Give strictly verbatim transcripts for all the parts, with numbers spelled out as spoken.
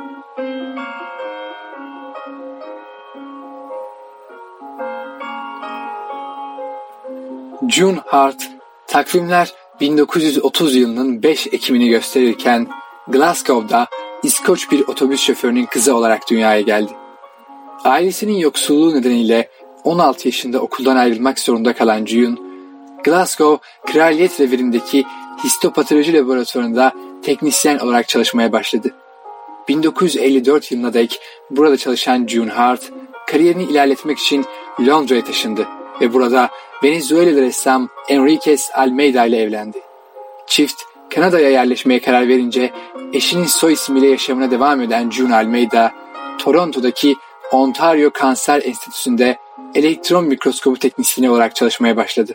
June Hart, takvimler bin dokuz yüz otuz yılının beş Ekim'ini gösterirken Glasgow'da İskoç bir otobüs şoförünün kızı olarak dünyaya geldi. Ailesinin yoksulluğu nedeniyle on altı yaşında okuldan ayrılmak zorunda kalan June, Glasgow Kraliyet Reviri'ndeki histopatoloji laboratuvarında teknisyen olarak çalışmaya başladı. bin dokuz yüz elli dört yılına dek burada çalışan June Hart, kariyerini ilerletmek için Londra'ya taşındı ve burada Venezuelalı ressam Enriquez Almeida ile evlendi. Çift, Kanada'ya yerleşmeye karar verince eşinin soy ismiyle yaşamına devam eden June Almeida, Toronto'daki Ontario Kanser Enstitüsü'nde elektron mikroskobu teknisyeni olarak çalışmaya başladı.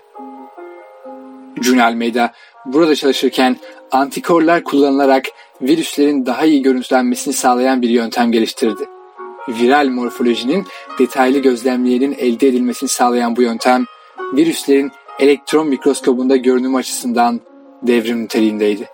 June Almeida burada çalışırken antikorlar kullanılarak virüslerin daha iyi görüntülenmesini sağlayan bir yöntem geliştirdi. Viral morfolojinin detaylı gözlemlerinin elde edilmesini sağlayan bu yöntem, virüslerin elektron mikroskobunda görünüm açısından devrim niteliğindeydi.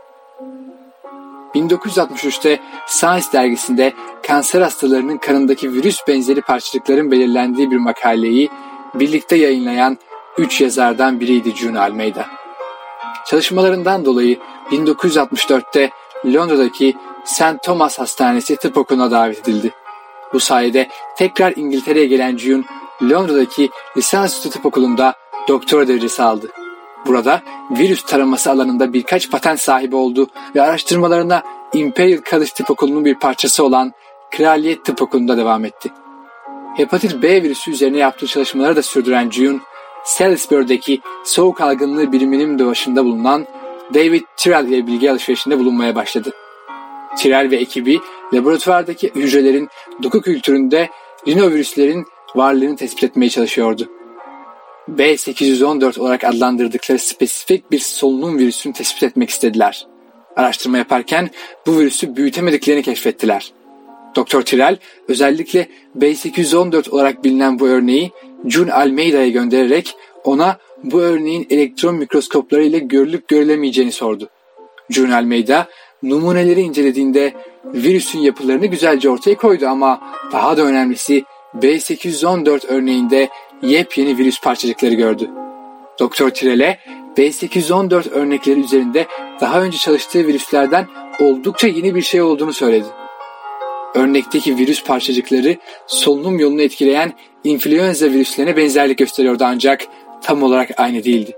bin dokuz yüz altmış üçte Science dergisinde kanser hastalarının kanındaki virüs benzeri parçacıkların belirlendiği bir makaleyi birlikte yayınlayan üç yazardan biriydi June Almeida. Çalışmalarından dolayı bin dokuz yüz altmış dörtte Londra'daki Saint Thomas Hastanesi tıp okuluna davet edildi. Bu sayede tekrar İngiltere'ye gelen June, Londra'daki lisansüstü tıp okulunda doktora derecesi aldı. Burada virüs taraması alanında birkaç patent sahibi oldu ve araştırmalarına Imperial College Tıp Okulu'nun bir parçası olan Kraliyet Tıp Okulu'nda devam etti. Hepatit B virüsü üzerine yaptığı çalışmaları da sürdüren June, Salisbury'deki soğuk algınlığı biriminin de başında bulunan David Tyrrell ile bilgi alışverişinde bulunmaya başladı. Tyrrell ve ekibi laboratuvardaki hücrelerin doku kültüründe rinovirüslerin varlığını tespit etmeye çalışıyordu. B sekiz yüz on dört olarak adlandırdıkları spesifik bir solunum virüsünü tespit etmek istediler. Araştırma yaparken bu virüsü büyütemediklerini keşfettiler. Doktor Tyrrell özellikle B sekiz yüz on dört olarak bilinen bu örneği June Almeida'ya göndererek ona bu örneğin elektron mikroskopları ile görülüp görülemeyeceğini sordu. June Almeida numuneleri incelediğinde virüsün yapılarını güzelce ortaya koydu ama daha da önemlisi B sekiz yüz on dört örneğinde yepyeni virüs parçacıkları gördü. Doktor Tyrrell'e B sekiz yüz on dört örnekleri üzerinde daha önce çalıştığı virüslerden oldukça yeni bir şey olduğunu söyledi. Örnekteki virüs parçacıkları solunum yolunu etkileyen influenza virüslerine benzerlik gösteriyordu ancak tam olarak aynı değildi.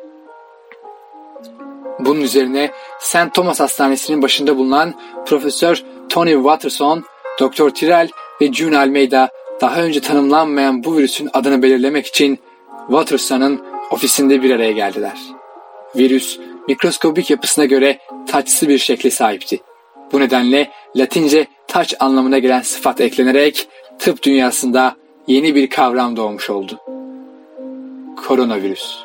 Bunun üzerine Saint Thomas Hastanesi'nin başında bulunan Profesör Tony Watterson, Doktor Tyrrell ve June Almeida daha önce tanımlanmayan bu virüsün adını belirlemek için Watterson'ın ofisinde bir araya geldiler. Virüs, mikroskobik yapısına göre taçsı bir şekle sahipti. Bu nedenle Latince taç anlamına gelen sıfat eklenerek tıp dünyasında yeni bir kavram doğmuş oldu. Koronavirüs.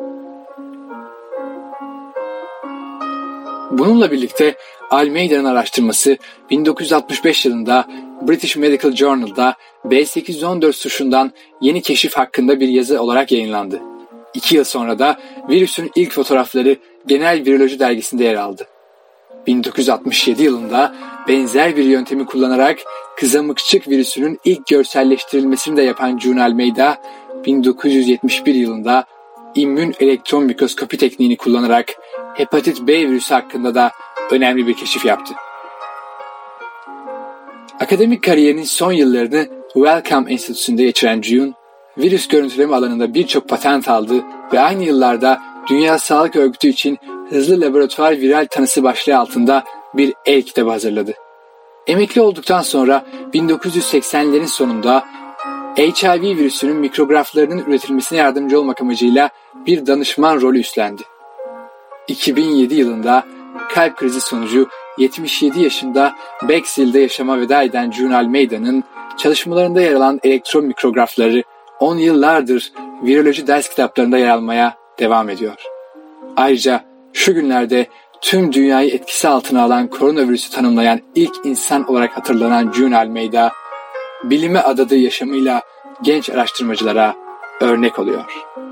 Bununla birlikte Almeida'nın araştırması bin dokuz yüz altmış beş yılında British Medical Journal'da B sekiz yüz on dört suçundan yeni keşif hakkında bir yazı olarak yayınlandı. İki yıl sonra da virüsün ilk fotoğrafları Genel Viroloji dergisinde yer aldı. bin dokuz yüz altmış yedi yılında benzer bir yöntemi kullanarak kızamıkçık virüsünün ilk görselleştirilmesini de yapan June Almeida, bin dokuz yüz yetmiş bir yılında immün elektron mikroskopi tekniğini kullanarak hepatit B virüsü hakkında da önemli bir keşif yaptı. Akademik kariyerinin son yıllarını Wellcome Enstitüsü'nde geçiren June, virüs görüntüleme alanında birçok patent aldı ve aynı yıllarda Dünya Sağlık Örgütü için hızlı laboratuvar viral tanısı başlığı altında bir el kitabı hazırladı. Emekli olduktan sonra bin dokuz yüz seksenlerin sonunda H I V virüsünün mikrograflarının üretilmesine yardımcı olmak amacıyla bir danışman rolü üstlendi. iki bin yedi yılında kalp krizi sonucu yetmiş yedi yaşında Bexhill'de yaşama veda eden June Almeida'nın çalışmalarında yer alan elektron mikrografları on yıllardır viroloji ders kitaplarında yer almaya devam ediyor. Ayrıca şu günlerde tüm dünyayı etkisi altına alan koronavirüsü tanımlayan ilk insan olarak hatırlanan June Almeida, bilime adadığı yaşamıyla genç araştırmacılara örnek oluyor.